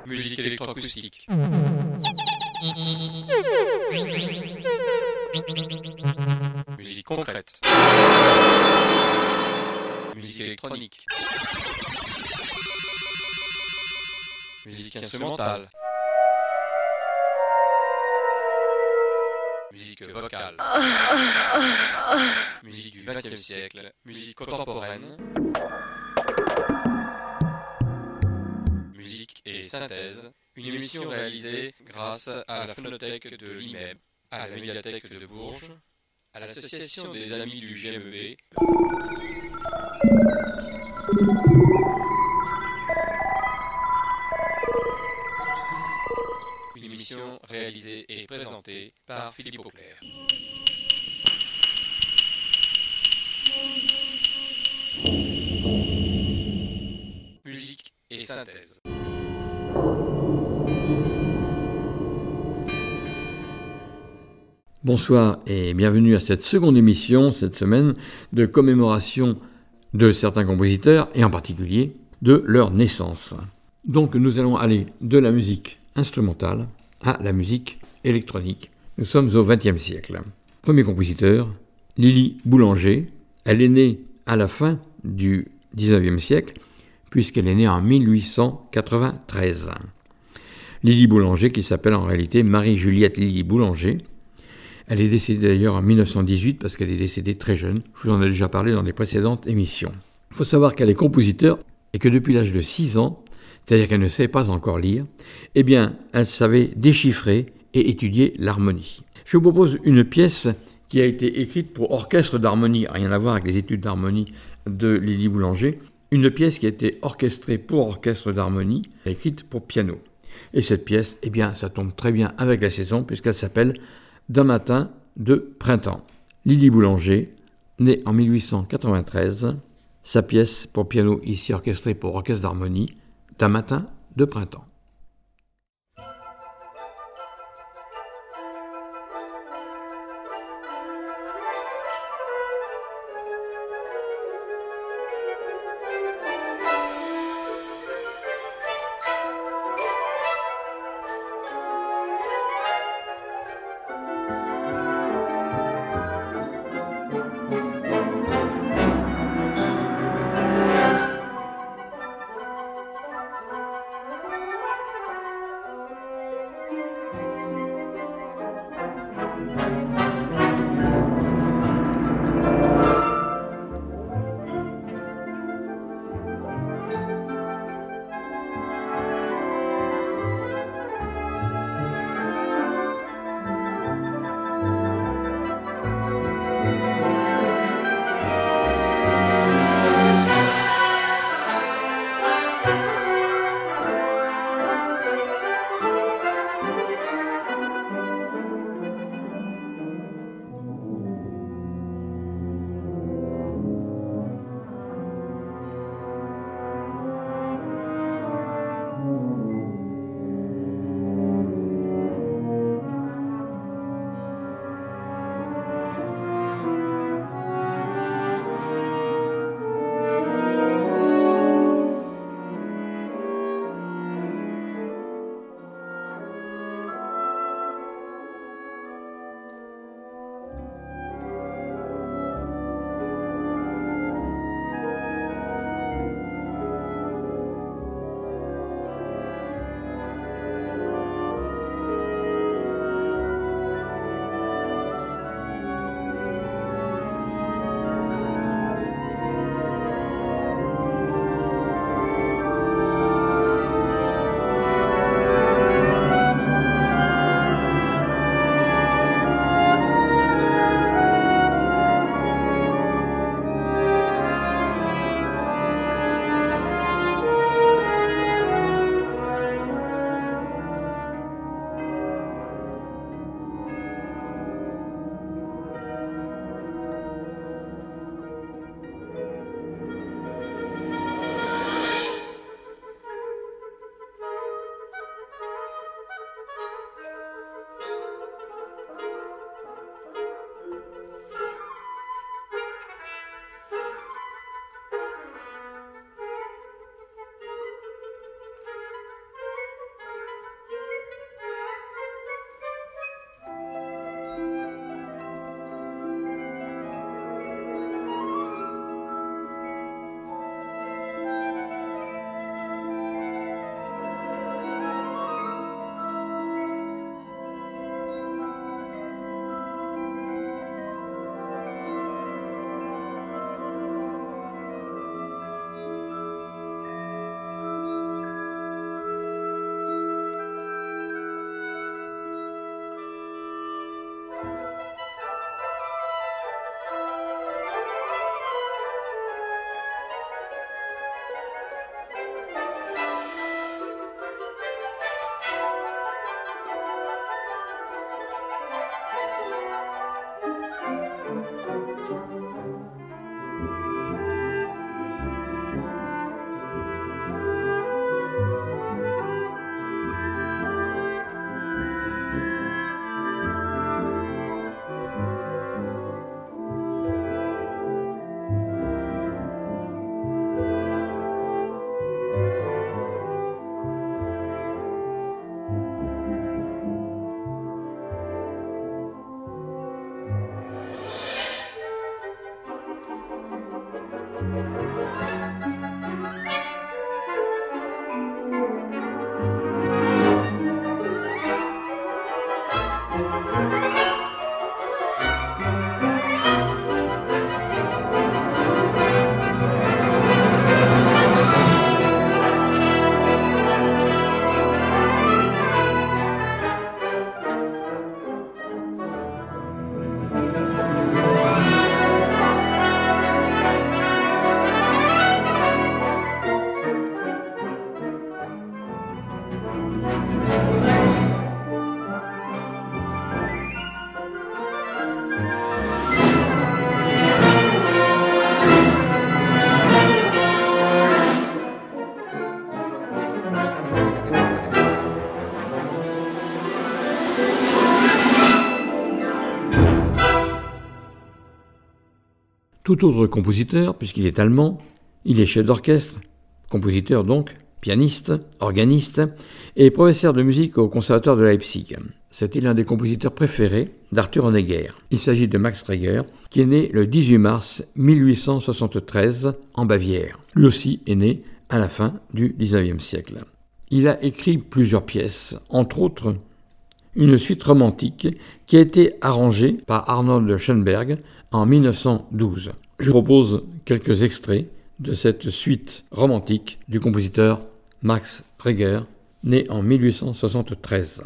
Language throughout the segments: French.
Musique électroacoustique. Musique concrète. Musique électronique. Musique instrumentale. Musique vocale. Musique du XXe siècle. Musique contemporaine. Musique et synthèse. Une émission réalisée grâce à la phonothèque de l'IMEB, à la médiathèque de Bourges, à l'association des amis du GMEB. Une émission réalisée et présentée par Philippe Auclair. Musique et synthèse. Bonsoir et bienvenue à cette seconde émission, cette semaine, de commémoration de certains compositeurs et en particulier de leur naissance. Donc nous allons aller de la musique instrumentale à la musique électronique. Nous sommes au XXe siècle. Premier compositeur, Lily Boulanger. Elle est née à la fin du XIXe siècle puisqu'elle est née en 1893. Lily Boulanger, qui s'appelle en réalité Marie-Juliette Lily Boulanger. Elle est décédée d'ailleurs en 1918 parce qu'elle est décédée très jeune. Je vous en ai déjà parlé dans les précédentes émissions. Il faut savoir qu'elle est compositeur et que depuis l'âge de 6 ans, c'est-à-dire qu'elle ne sait pas encore lire, eh bien, elle savait déchiffrer et étudier l'harmonie. Je vous propose une pièce qui a été écrite pour orchestre d'harmonie, rien à voir avec les études d'harmonie de Lily Boulanger, une pièce qui a été orchestrée pour orchestre d'harmonie, écrite pour piano. Et cette pièce, eh bien, ça tombe très bien avec la saison puisqu'elle s'appelle D'un matin de printemps. Lily Boulanger, née en 1893, sa pièce pour piano ici orchestrée pour orchestre d'harmonie, D'un matin de printemps. tout autre compositeur, puisqu'il est allemand. Il est chef d'orchestre, compositeur donc, pianiste, organiste et professeur de musique au conservatoire de Leipzig. C'était l'un des compositeurs préférés d'Arthur Honegger. Il s'agit de Max Reger, qui est né le 18 mars 1873 en Bavière. Lui aussi est né à la fin du XIXe siècle. Il a écrit plusieurs pièces, entre autres une suite romantique qui a été arrangée par Arnold Schoenberg en 1912. Je vous propose quelques extraits de cette suite romantique du compositeur Max Reger, né en 1873.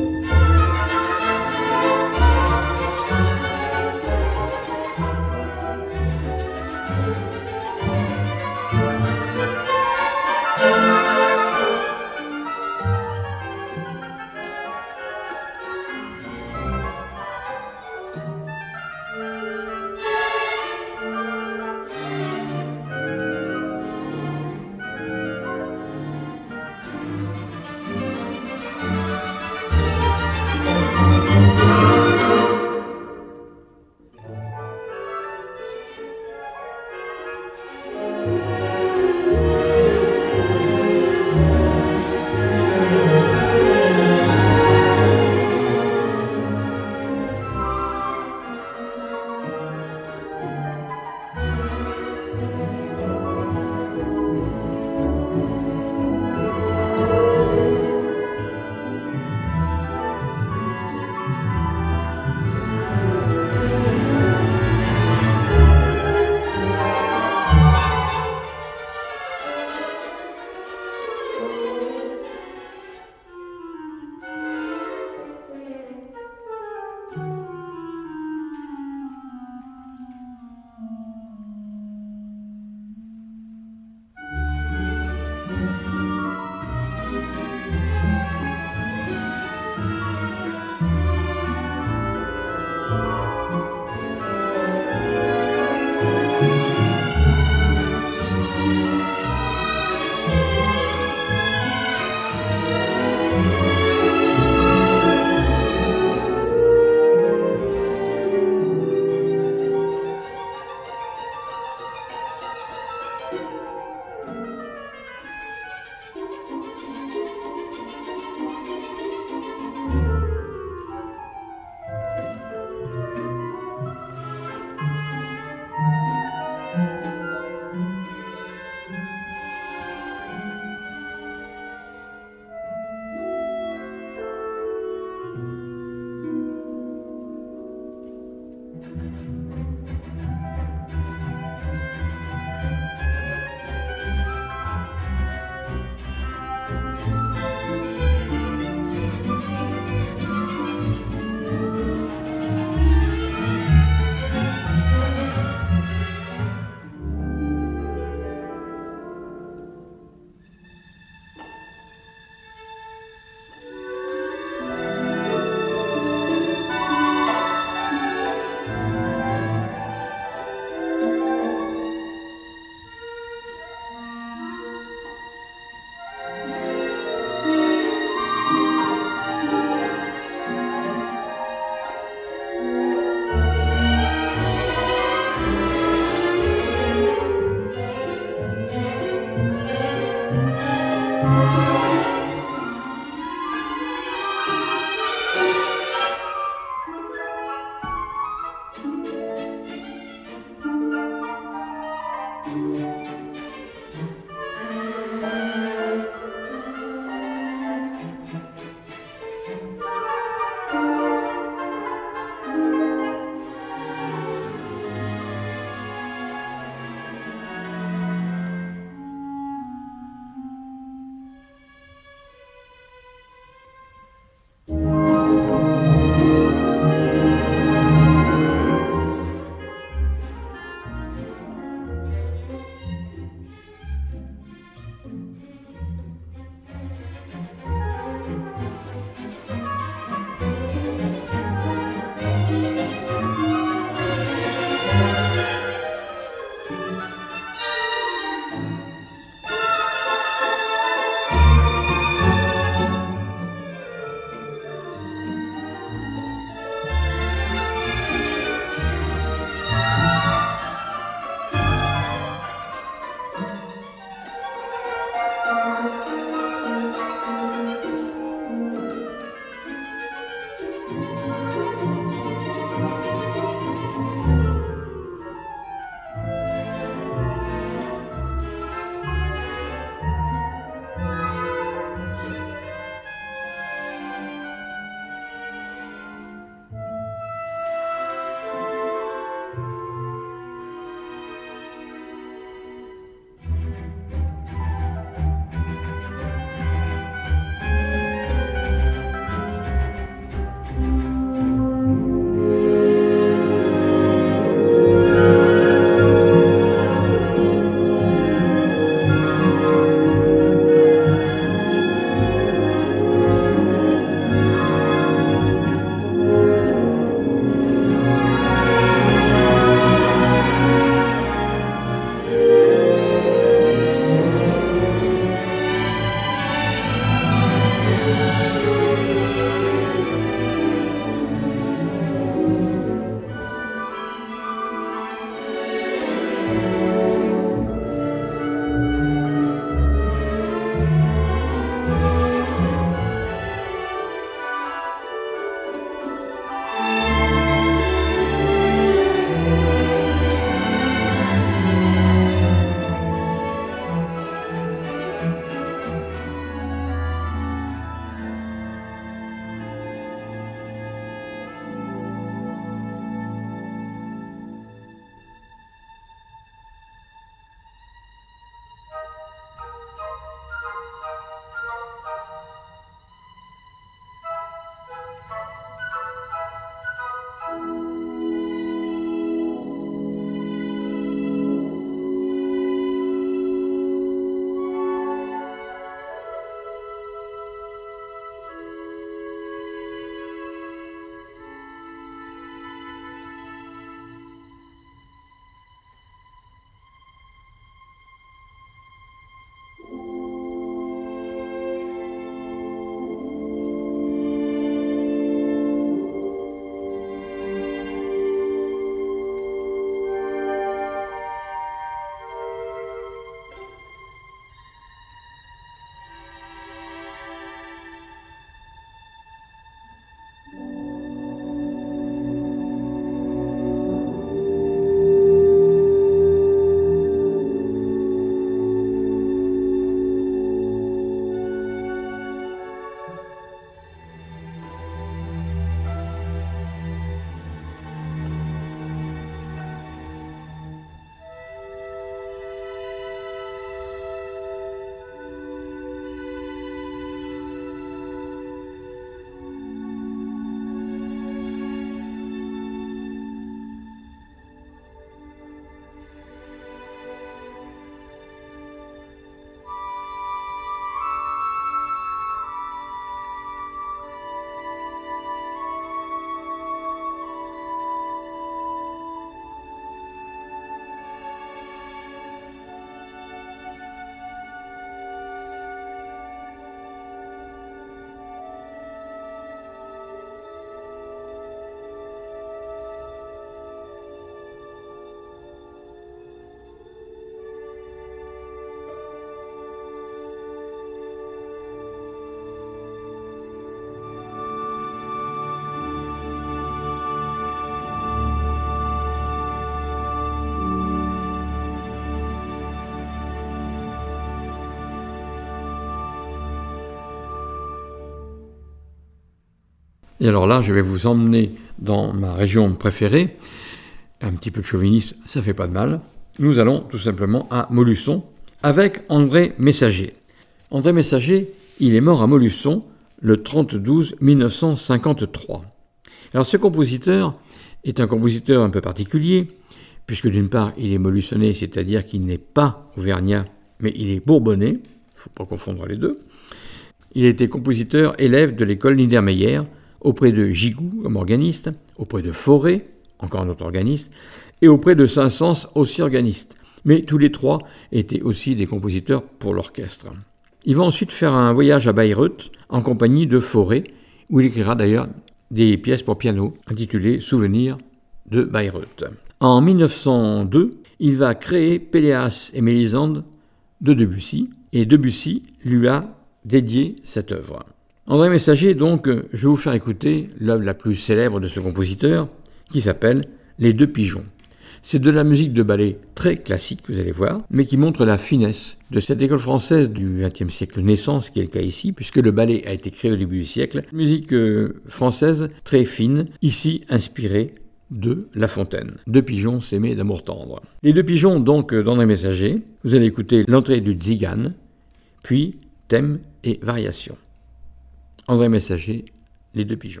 Et alors là, je vais vous emmener dans ma région préférée. Un petit peu de chauvinisme, ça fait pas de mal. Nous allons tout simplement à Montluçon avec André Messager. André Messager, il est mort à Montluçon le 30-12-1953. Alors ce compositeur est un compositeur un peu particulier, puisque d'une part il est montluçonnais, c'est-à-dire qu'il n'est pas auvergnat, mais il est bourbonnais, il ne faut pas confondre les deux. Il était compositeur élève de l'école Niedermeyer, auprès de Gigou comme organiste, auprès de Fauré, encore un autre organiste, et auprès de Saint-Saëns, aussi organiste. Mais tous les trois étaient aussi des compositeurs pour l'orchestre. Il va ensuite faire un voyage à Bayreuth en compagnie de Fauré, où il écrira d'ailleurs des pièces pour piano intitulées « Souvenirs de Bayreuth ». En 1902, il va créer Péléas et Mélisande de Debussy, et Debussy lui a dédié cette œuvre. André Messager, donc, je vais vous faire écouter l'œuvre la plus célèbre de ce compositeur, qui s'appelle « Les deux pigeons ». C'est de la musique de ballet très classique, vous allez voir, mais qui montre la finesse de cette école française du XXe siècle naissance, qui est le cas ici, puisque le ballet a été créé au début du siècle. Musique française très fine, ici inspirée de La Fontaine. Deux pigeons s'aimaient d'amour tendre. Les deux pigeons, donc, d'André Messager. Vous allez écouter l'entrée du Tzigane, puis thème et variation. André Messager, Les deux pigeons.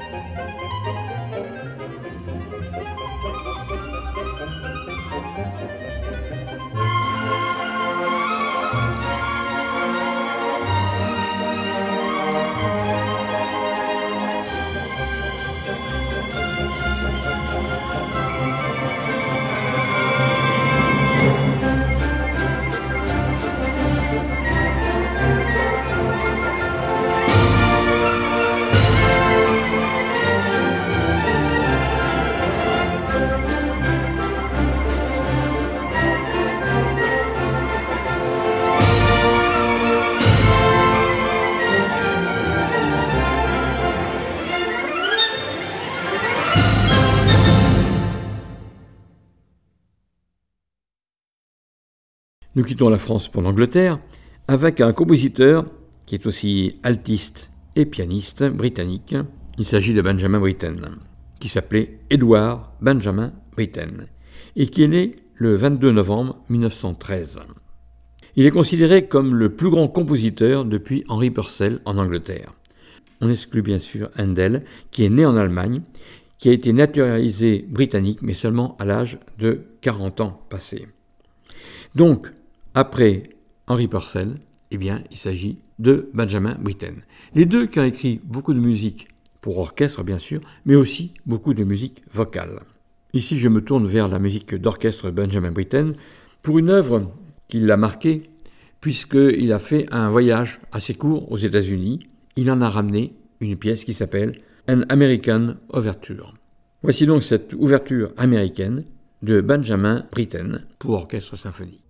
Nous quittons la France pour l'Angleterre avec un compositeur qui est aussi altiste et pianiste britannique. Il s'agit de Benjamin Britten, qui s'appelait Edward Benjamin Britten et qui est né le 22 novembre 1913. Il est considéré comme le plus grand compositeur depuis Henry Purcell en Angleterre. On exclut bien sûr Handel, qui est né en Allemagne, qui a été naturalisé britannique, mais seulement à l'âge de 40 ans passés. Donc, après Henry Purcell, il s'agit de Benjamin Britten. Les deux qui ont écrit beaucoup de musique pour orchestre, bien sûr, mais aussi beaucoup de musique vocale. Ici, je me tourne vers la musique d'orchestre Benjamin Britten pour une œuvre qui l'a marqué, puisqu'il a fait un voyage assez court aux États-Unis. Il en a ramené une pièce qui s'appelle An American Overture. Voici donc cette ouverture américaine de Benjamin Britten pour orchestre symphonique.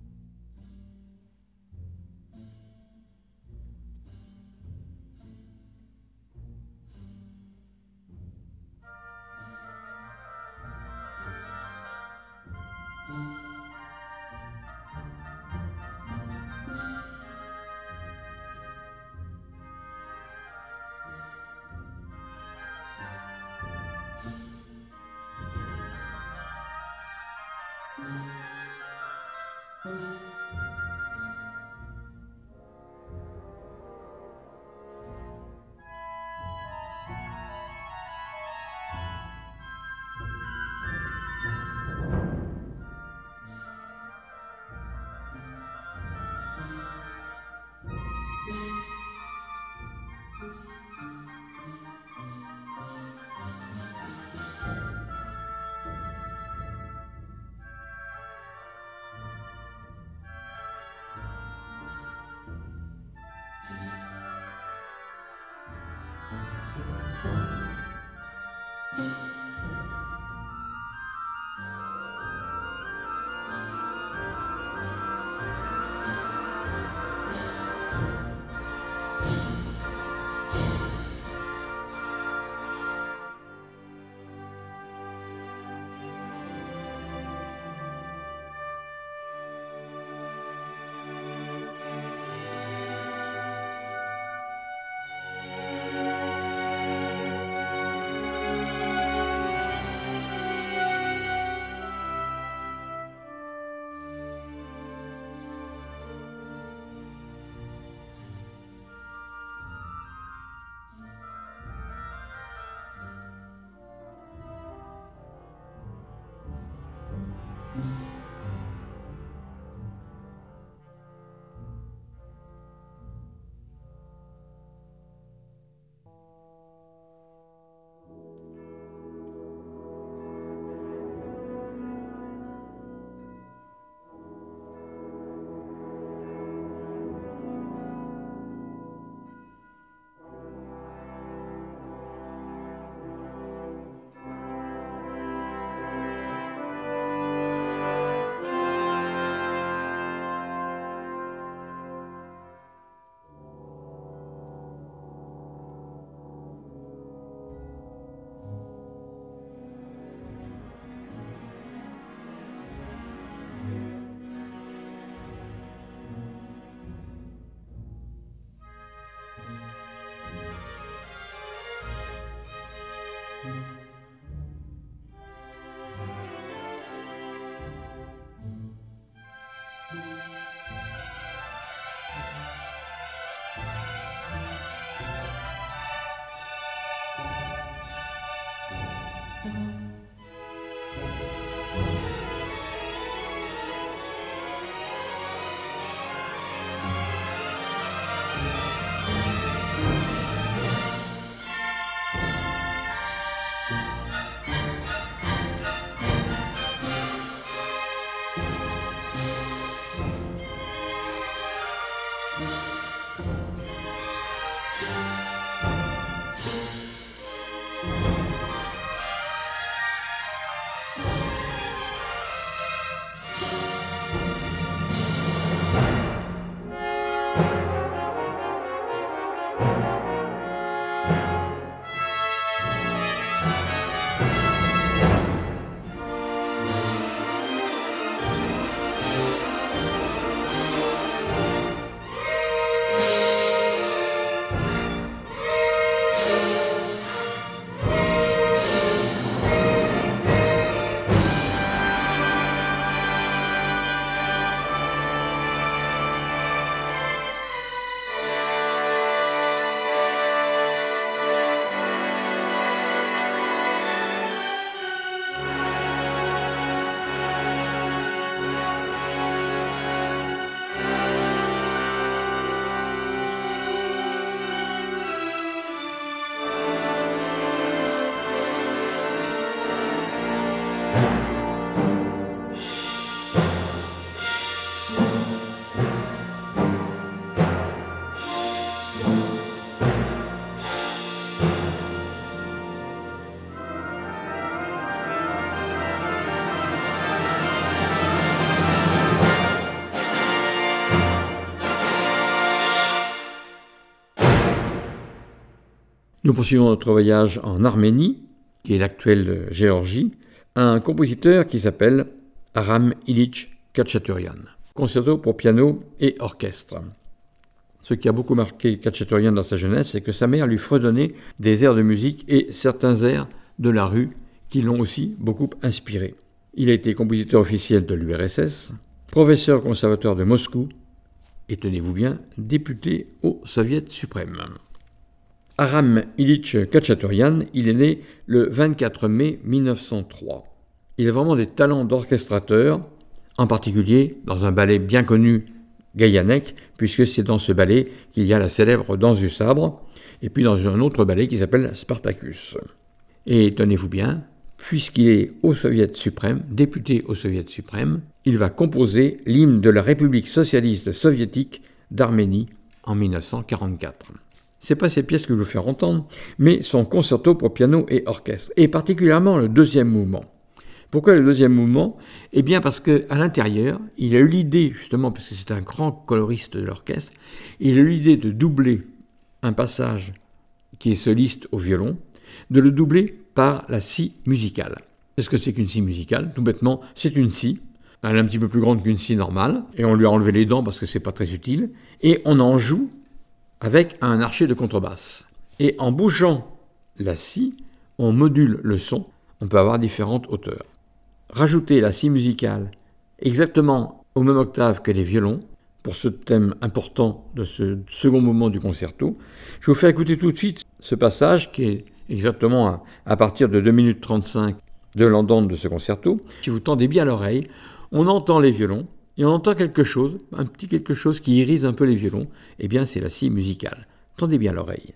Nous poursuivons notre voyage en Arménie, qui est l'actuelle Géorgie, un compositeur qui s'appelle Aram Ilyich Khatchaturian. Concerto pour piano et orchestre. Ce qui a beaucoup marqué Khatchaturian dans sa jeunesse, c'est que sa mère lui fredonnait des airs de musique et certains airs de la rue qui l'ont aussi beaucoup inspiré. Il a été compositeur officiel de l'URSS, professeur au conservatoire de Moscou et, tenez-vous bien, député au Soviet suprême. Aram Ilyich Khatchaturian, il est né le 24 mai 1903. Il a vraiment des talents d'orchestrateur, en particulier dans un ballet bien connu, Gaïanek, puisque c'est dans ce ballet qu'il y a la célèbre danse du sabre, et puis dans un autre ballet qui s'appelle Spartacus. Et tenez-vous bien, puisqu'il est au Soviet suprême, député au Soviet suprême, il va composer l'hymne de la République socialiste soviétique d'Arménie en 1944. Ce n'est pas ces pièces que je vais vous faire entendre, mais son concerto pour piano et orchestre, et particulièrement le deuxième mouvement. Pourquoi le deuxième mouvement ? Eh bien parce qu'à l'intérieur, il a eu l'idée, justement, parce que c'est un grand coloriste de l'orchestre, il a eu l'idée de doubler un passage qui est soliste au violon, de le doubler par la scie musicale. Qu'est-ce que c'est qu'une scie musicale ? Tout bêtement, c'est une scie. Elle est un petit peu plus grande qu'une scie normale, et on lui a enlevé les dents parce que c'est pas très utile, et on en joue avec un archet de contrebasse. Et en bougeant la scie, on module le son, on peut avoir différentes hauteurs. Rajouter la scie musicale exactement au même octave que les violons, pour ce thème important de ce second mouvement du concerto. Je vous fais écouter tout de suite ce passage qui est exactement à partir de 2 minutes 35 de l'andante de ce concerto. Si vous tendez bien l'oreille, on entend les violons et on entend quelque chose, un petit quelque chose qui irise un peu les violons. Eh bien, c'est la scie musicale. Tendez bien l'oreille.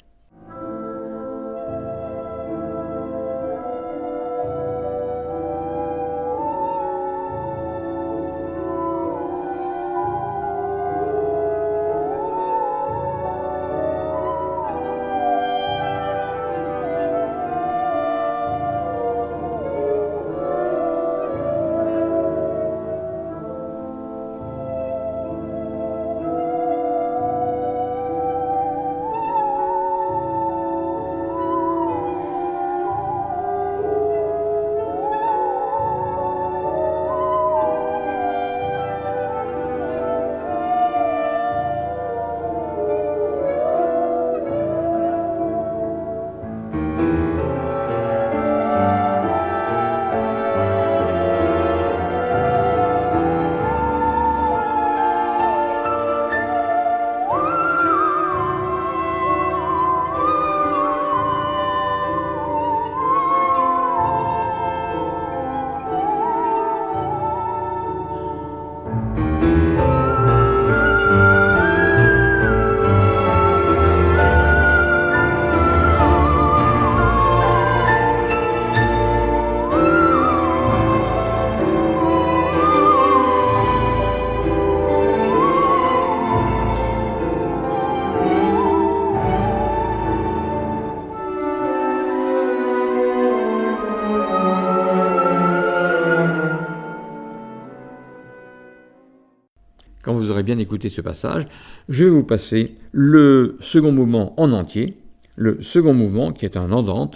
Quand vous aurez bien écouté ce passage, je vais vous passer le second mouvement en entier, le second mouvement qui est un andante,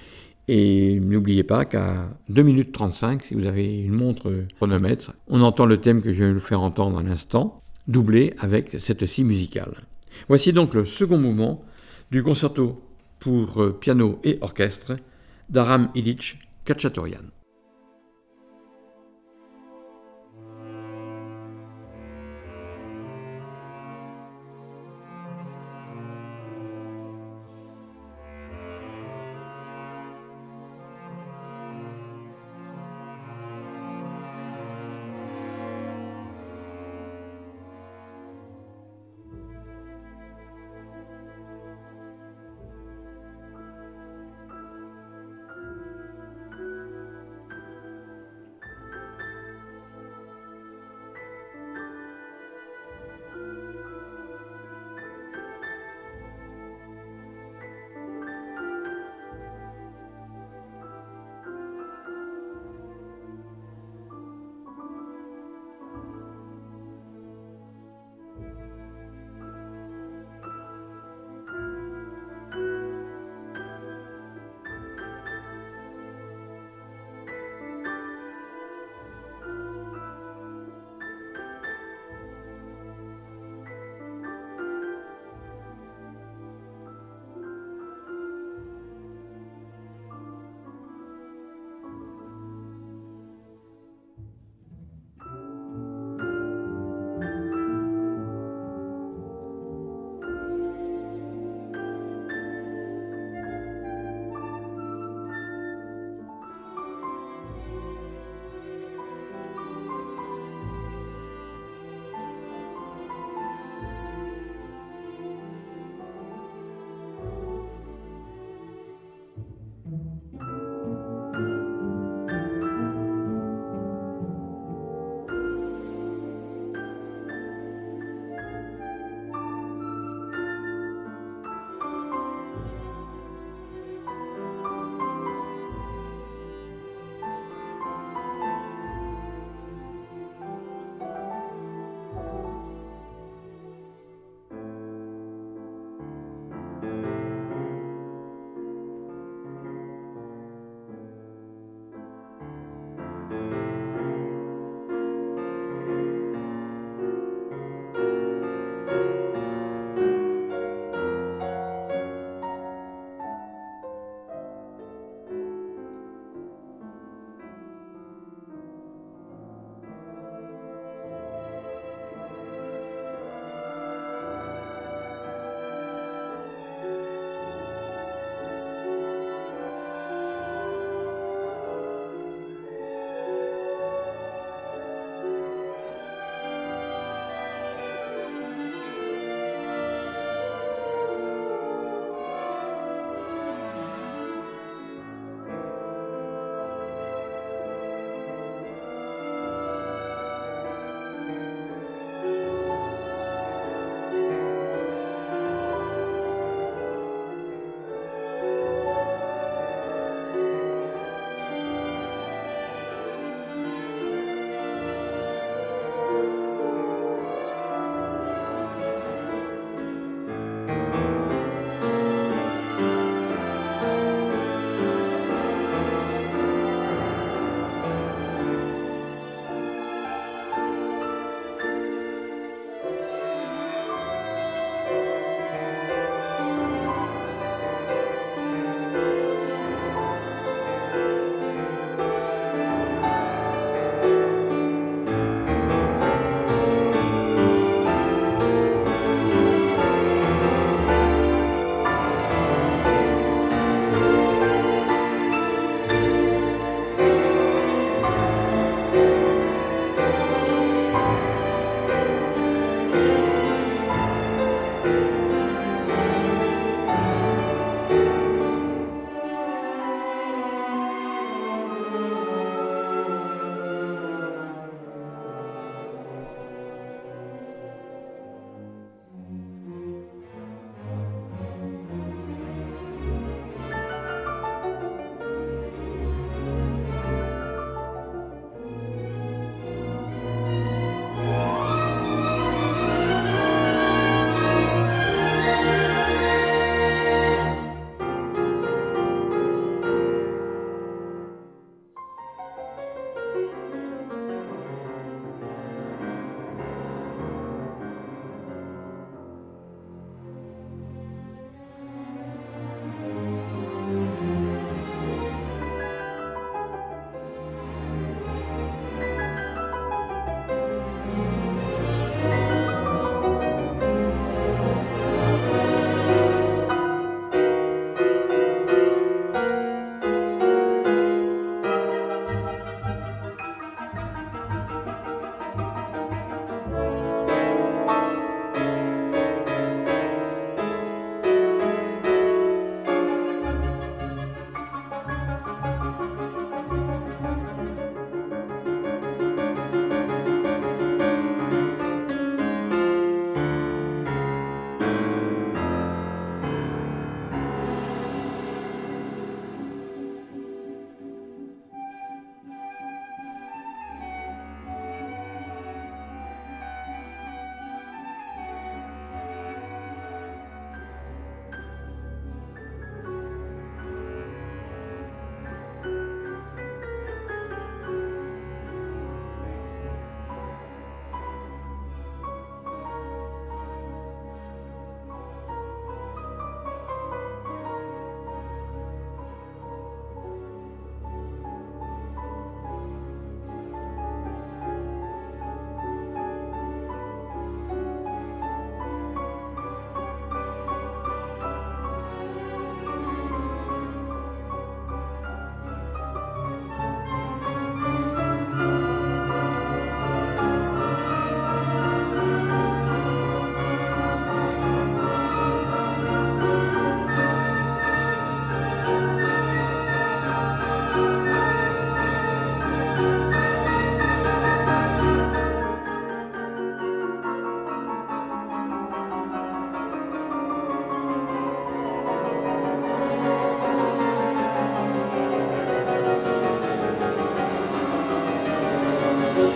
et n'oubliez pas qu'à 2 minutes 35, si vous avez une montre chronomètre, on entend le thème que je vais vous faire entendre à l'instant, doublé avec cette scie musicale. Voici donc le second mouvement du concerto pour piano et orchestre d'Aram Ilyich Khatchaturian.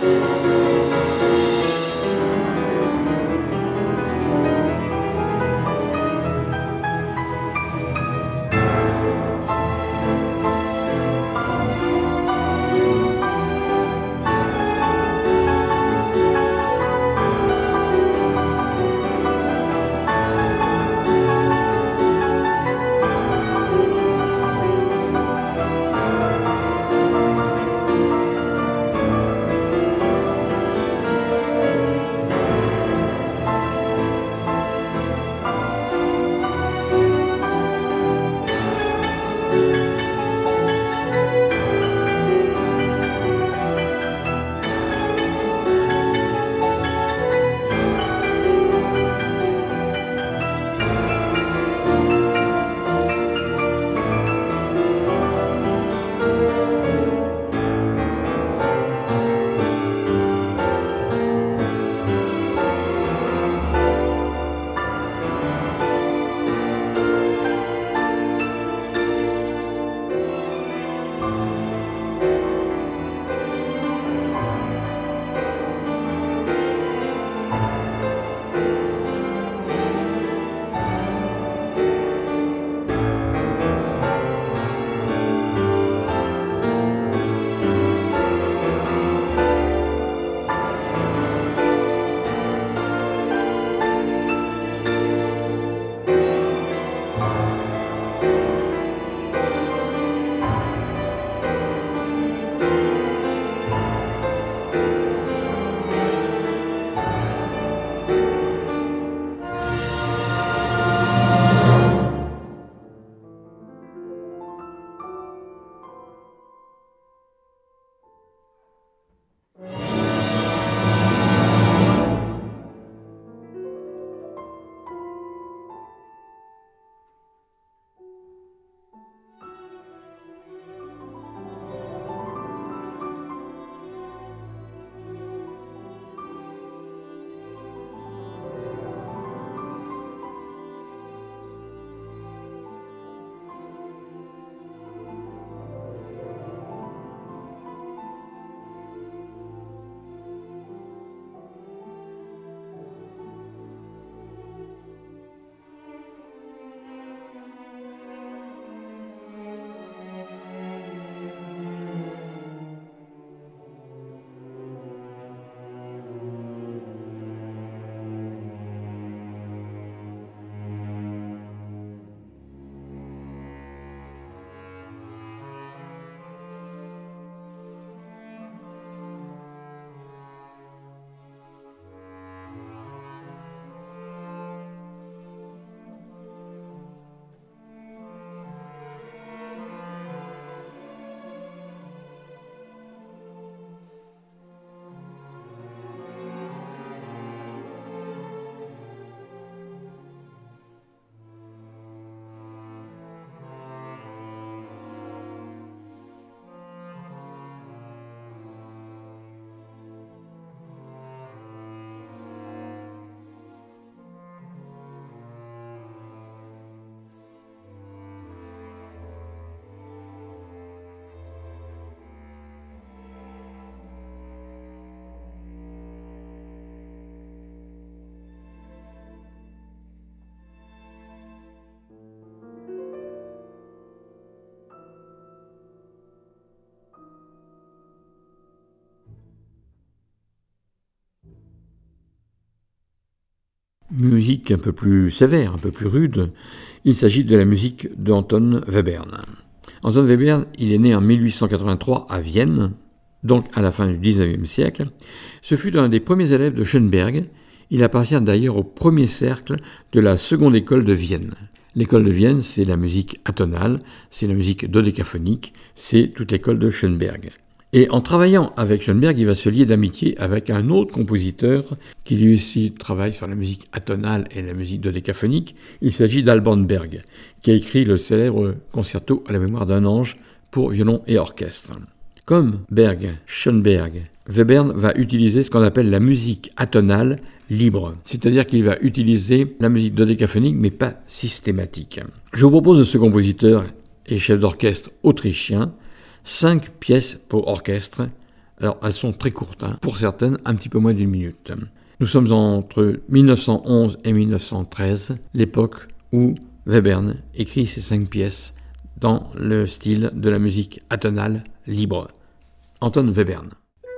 Musique un peu plus sévère, un peu plus rude, il s'agit de la musique d'Anton Webern. Anton Webern, il est né en 1883 à Vienne, donc à la fin du XIXe siècle. Ce fut l'un des premiers élèves de Schoenberg. Il appartient d'ailleurs au premier cercle de la seconde école de Vienne. L'école de Vienne, c'est la musique atonale, c'est la musique dodécaphonique, c'est toute l'école de Schoenberg. Et en travaillant avec Schoenberg, il va se lier d'amitié avec un autre compositeur qui lui aussi travaille sur la musique atonale et la musique dodécaphonique. Il s'agit d'Alban Berg, qui a écrit le célèbre concerto à la mémoire d'un ange pour violon et orchestre. Comme Berg, Schoenberg, Webern va utiliser ce qu'on appelle la musique atonale libre, c'est-à-dire qu'il va utiliser la musique dodécaphonique mais pas systématique. Je vous propose de ce compositeur et chef d'orchestre autrichien 5 pièces pour orchestre Alors, elles sont très courtes, pour certaines, un petit peu moins d'1 minute. Nous sommes entre 1911 et 1913, l'époque où Webern écrit ses 5 pièces dans le style de la musique atonale libre. Anton Webern.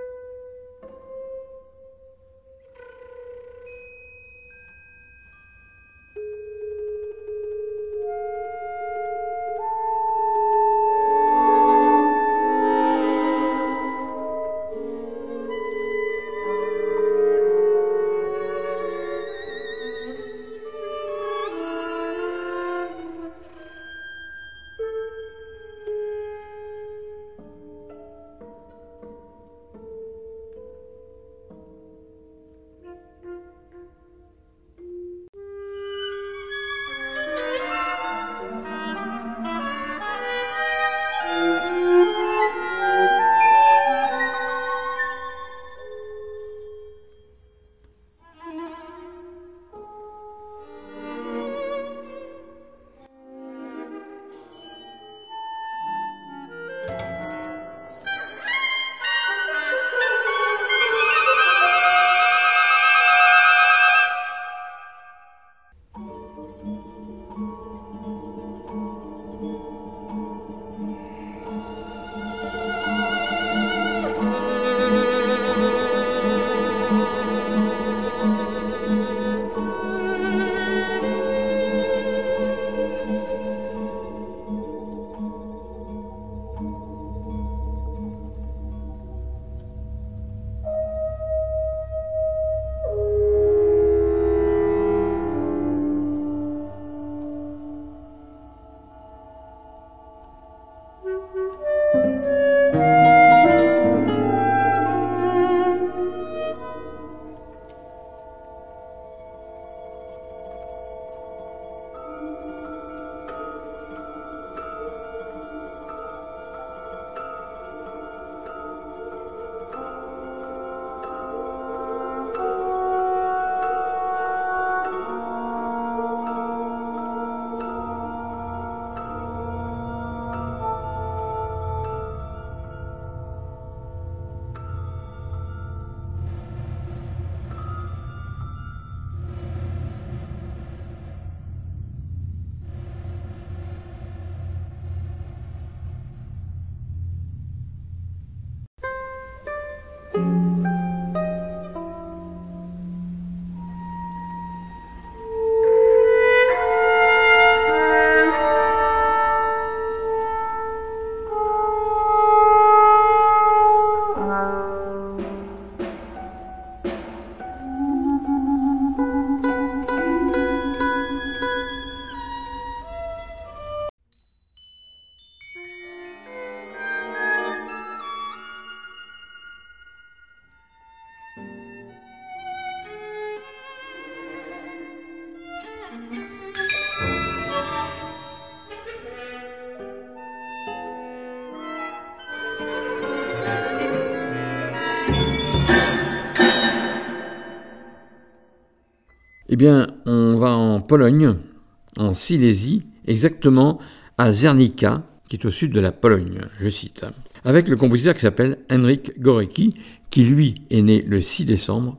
Eh bien, on va en Pologne, en Silésie, exactement à Zernica, qui est au sud de la Pologne, je cite, avec le compositeur qui s'appelle Henryk Górecki, qui lui est né le 6 décembre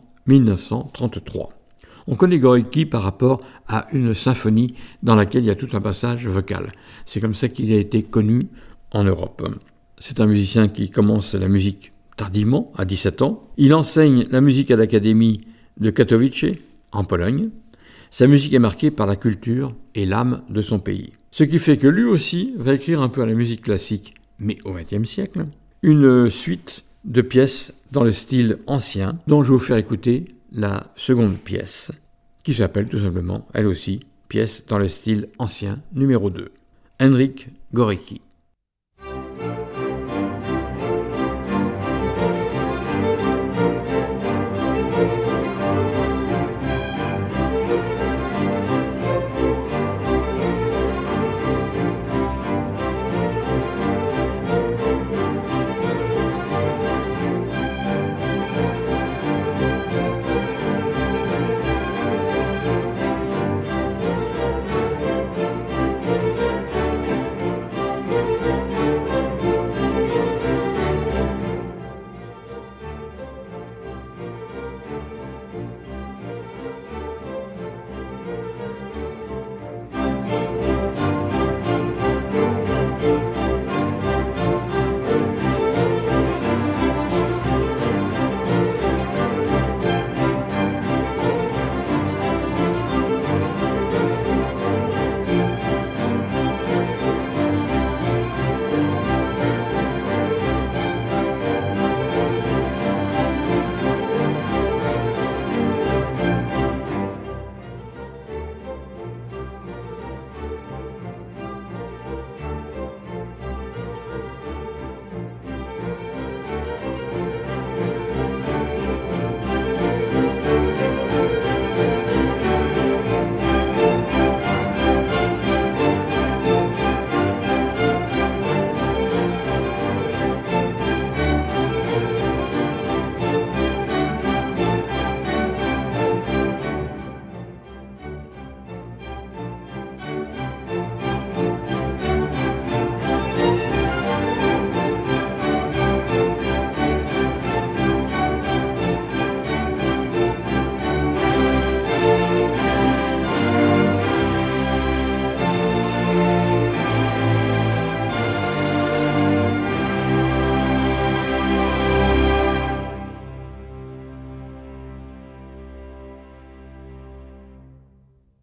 1933. On connaît Górecki par rapport à une symphonie dans laquelle il y a tout un passage vocal. C'est comme ça qu'il a été connu en Europe. C'est un musicien qui commence la musique tardivement, à 17 ans. Il enseigne la musique à l'Académie de Katowice, en Pologne. Sa musique est marquée par la culture et l'âme de son pays. Ce qui fait que lui aussi va écrire un peu à la musique classique, mais au XXe siècle, une suite de pièces dans le style ancien, dont je vais vous faire écouter la seconde pièce, qui s'appelle tout simplement, elle aussi, pièce dans le style ancien numéro 2. Henryk Górecki.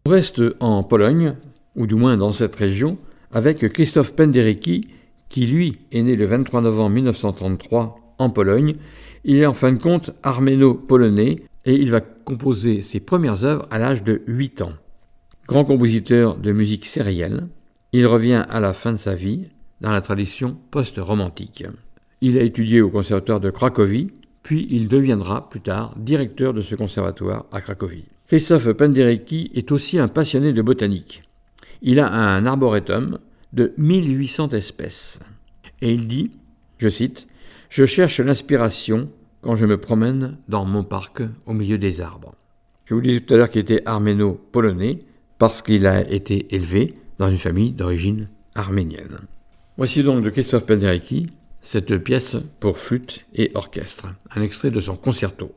On reste en Pologne, ou du moins dans cette région, avec Krzysztof Penderecki, qui lui est né le 23 novembre 1933 en Pologne. Il est en fin de compte arméno-polonais et il va composer ses premières œuvres à l'âge de 8 ans. Grand compositeur de musique sérielle, il revient à la fin de sa vie dans la tradition post-romantique. Il a étudié au conservatoire de Cracovie, puis il deviendra plus tard directeur de ce conservatoire à Cracovie. Krzysztof Penderecki est aussi un passionné de botanique. Il a un arboretum de 1800 espèces. Et il dit, je cite, « Je cherche l'inspiration quand je me promène dans mon parc au milieu des arbres. » Je vous disais tout à l'heure qu'il était arméno-polonais parce qu'il a été élevé dans une famille d'origine arménienne. Voici donc de Krzysztof Penderecki cette pièce pour flûte et orchestre, un extrait de son concerto.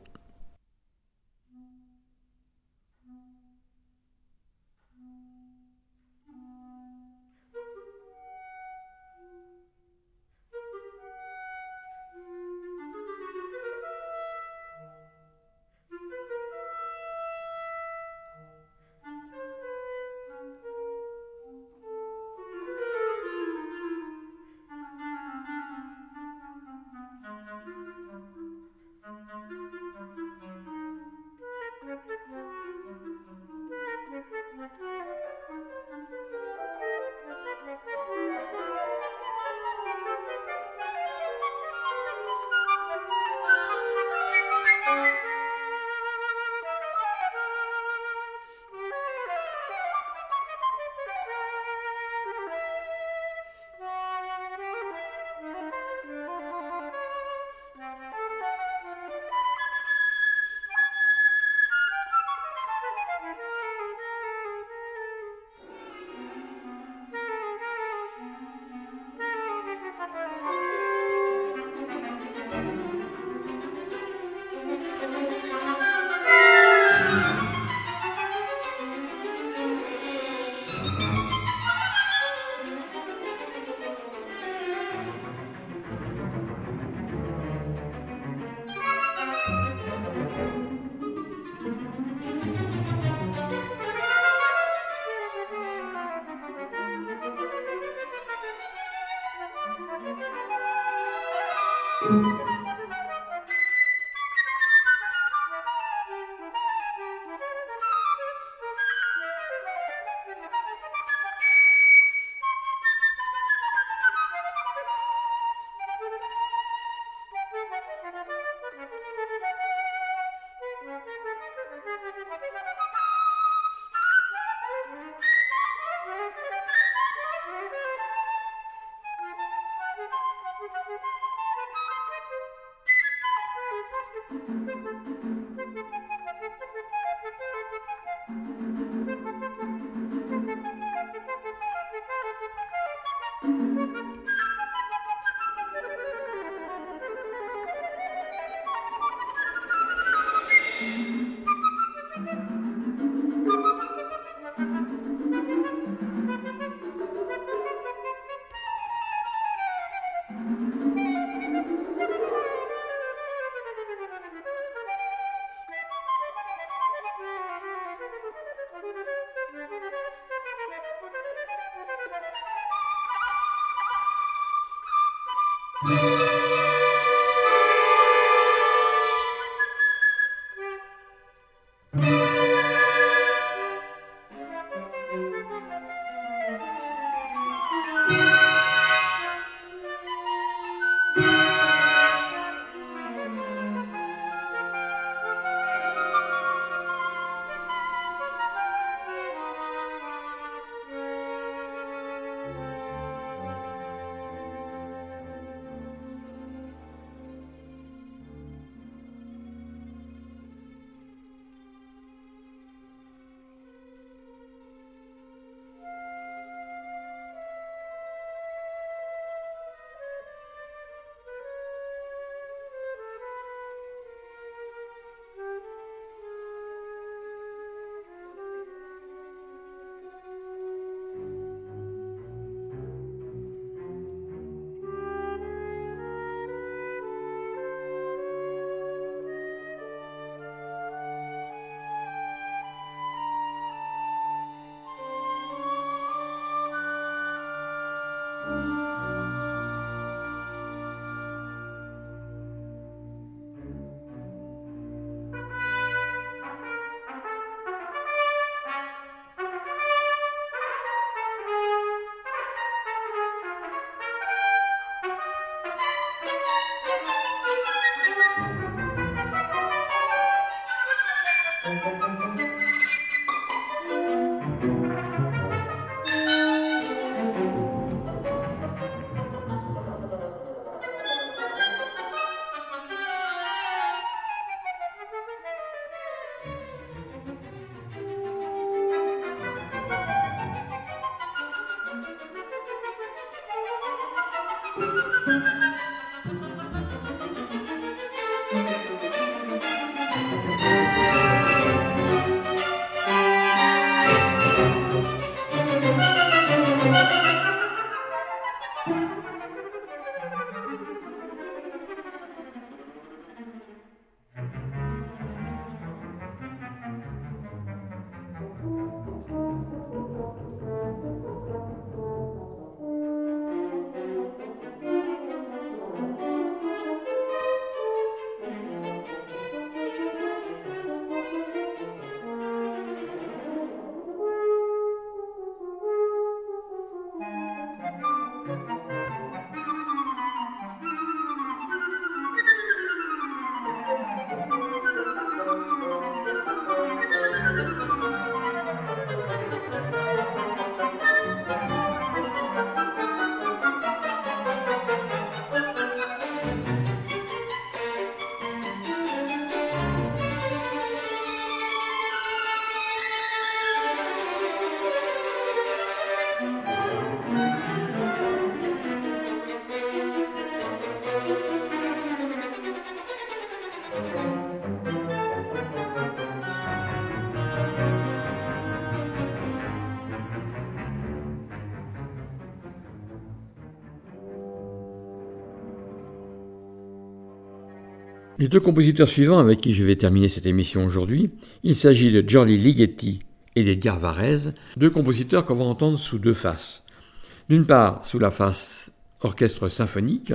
Les deux compositeurs suivants avec qui je vais terminer cette émission aujourd'hui, il s'agit de Giorgi Ligeti et d'Edgar Varèse, deux compositeurs qu'on va entendre sous deux faces. D'une part, sous la face orchestre symphonique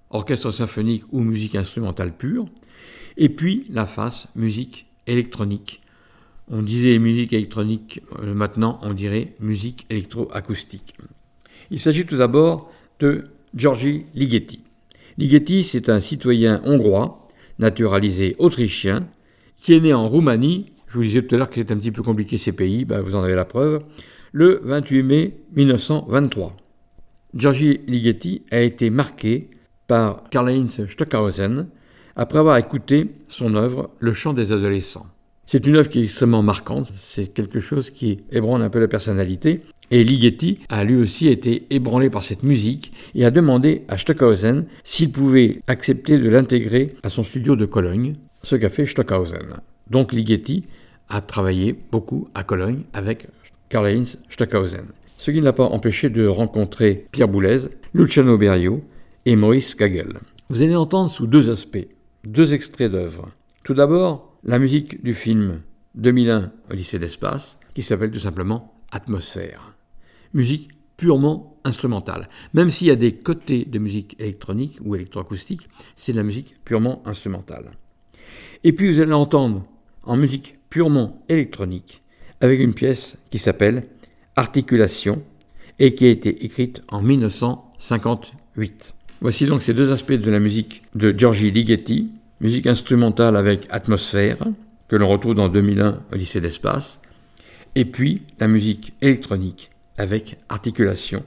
ou musique instrumentale pure, et puis la face musique électronique. On disait musique électronique, maintenant on dirait musique électroacoustique. Il s'agit tout d'abord de Giorgi Ligeti. Ligeti, c'est un citoyen hongrois, naturalisé autrichien, qui est né en Roumanie, je vous disais tout à l'heure que c'est un petit peu compliqué ces pays, vous en avez la preuve, le 28 mai 1923. Giorgi Ligeti a été marqué par Karlheinz Stockhausen après avoir écouté son œuvre « Le chant des adolescents ». C'est une œuvre qui est extrêmement marquante, c'est quelque chose qui ébranle un peu la personnalité, et Ligeti a lui aussi été ébranlé par cette musique et a demandé à Stockhausen s'il pouvait accepter de l'intégrer à son studio de Cologne, ce qu'a fait Stockhausen. Donc Ligeti a travaillé beaucoup à Cologne avec Karlheinz Stockhausen, ce qui ne l'a pas empêché de rencontrer Pierre Boulez, Luciano Berio et Maurice Kagel. Vous allez entendre sous deux aspects, deux extraits d'œuvres. Tout d'abord, la musique du film 2001 Odyssée d'espace, qui s'appelle tout simplement Atmosphère. Musique purement instrumentale. Même s'il y a des côtés de musique électronique ou électroacoustique, c'est de la musique purement instrumentale. Et puis vous allez entendre en musique purement électronique, avec une pièce qui s'appelle Articulation et qui a été écrite en 1958. Voici donc ces deux aspects de la musique de Giorgi Ligeti, musique instrumentale avec Atmosphère, que l'on retrouve dans 2001 Odyssée d'espace, et puis la musique électronique avec Articulation.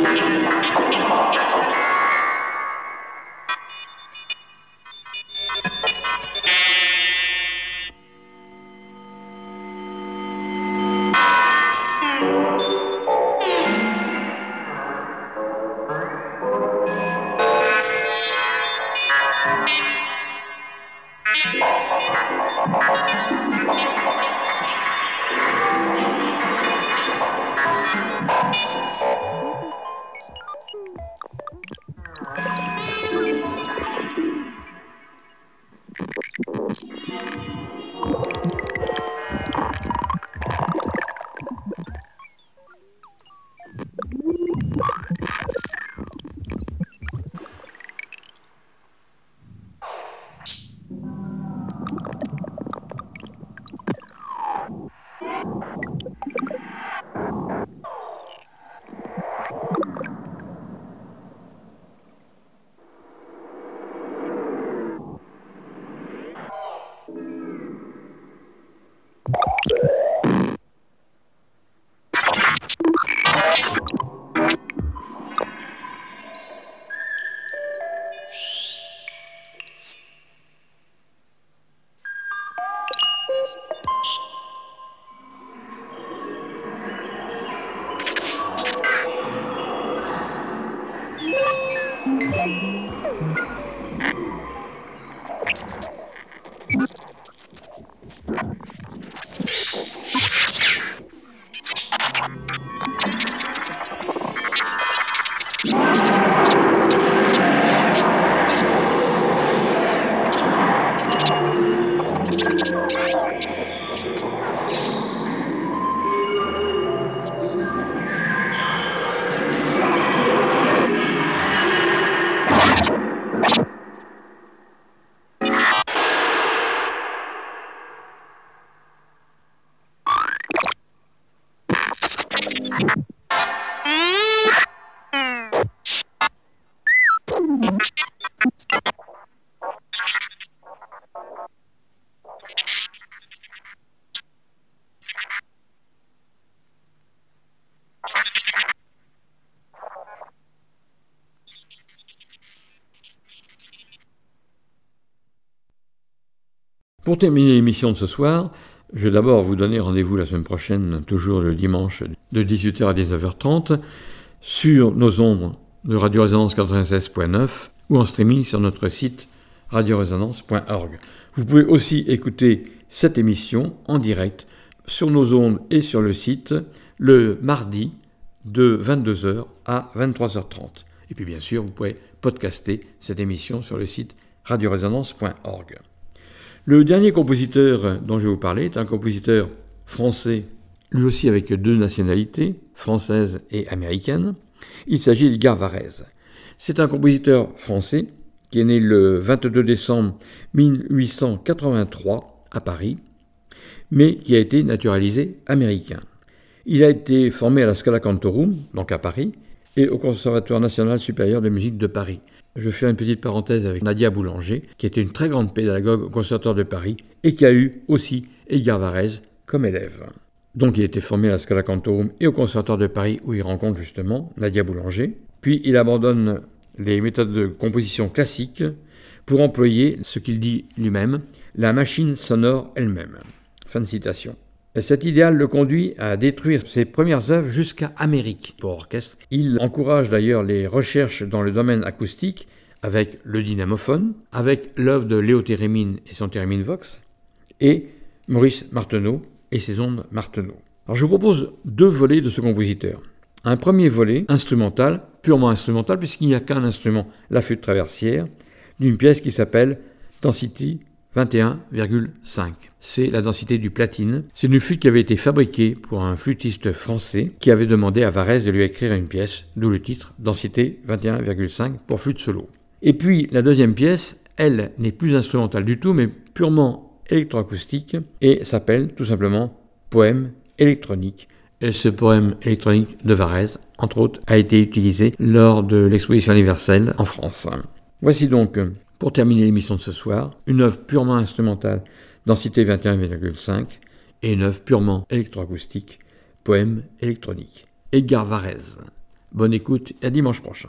Pour terminer l'émission de ce soir, je vais d'abord vous donner rendez-vous la semaine prochaine, toujours le dimanche, de 18h à 19h30, sur nos ondes de Radio Résonance 96.9 ou en streaming sur notre site radioresonance.org. Vous pouvez aussi écouter cette émission en direct sur nos ondes et sur le site le mardi de 22h à 23h30. Et puis bien sûr, vous pouvez podcaster cette émission sur le site radioresonance.org. Le dernier compositeur dont je vais vous parler est un compositeur français, lui aussi avec deux nationalités, française et américaine. Il s'agit d'Edgar Varèse. C'est un compositeur français qui est né le 22 décembre 1883 à Paris, mais qui a été naturalisé américain. Il a été formé à la Scala Cantorum, donc à Paris, et au Conservatoire national supérieur de musique de Paris. Je fais une petite parenthèse avec Nadia Boulanger, qui était une très grande pédagogue au Conservatoire de Paris et qui a eu aussi Edgar Varèse comme élève. Donc il a été formé à la Scala Cantorum et au Conservatoire de Paris où il rencontre justement Nadia Boulanger. Puis il abandonne les méthodes de composition classiques pour employer, ce qu'il dit lui-même, la machine sonore elle-même. Fin de citation. Et cet idéal le conduit à détruire ses premières œuvres jusqu'à Amérique pour orchestre. Il encourage d'ailleurs les recherches dans le domaine acoustique avec le dynamophone, avec l'œuvre de Léo Thérémine et son Thérémine Vox, et Maurice Martenot et ses ondes Martenot. Alors je vous propose deux volets de ce compositeur. Un premier volet instrumental, purement instrumental, puisqu'il n'y a qu'un instrument, la flûte traversière, d'une pièce qui s'appelle Density 21,5. C'est la densité du platine. C'est une flûte qui avait été fabriquée pour un flûtiste français qui avait demandé à Varèse de lui écrire une pièce, d'où le titre Densité 21,5 pour flûte solo. Et puis la deuxième pièce, elle n'est plus instrumentale du tout, mais purement électroacoustique et s'appelle tout simplement Poème électronique. Et ce poème électronique de Varèse, entre autres, a été utilisé lors de l'exposition universelle en France. Voici donc, pour terminer l'émission de ce soir, une œuvre purement instrumentale, Densité 21,5, et une œuvre purement électroacoustique, Poème électronique. Edgar Varèse. Bonne écoute et à dimanche prochain.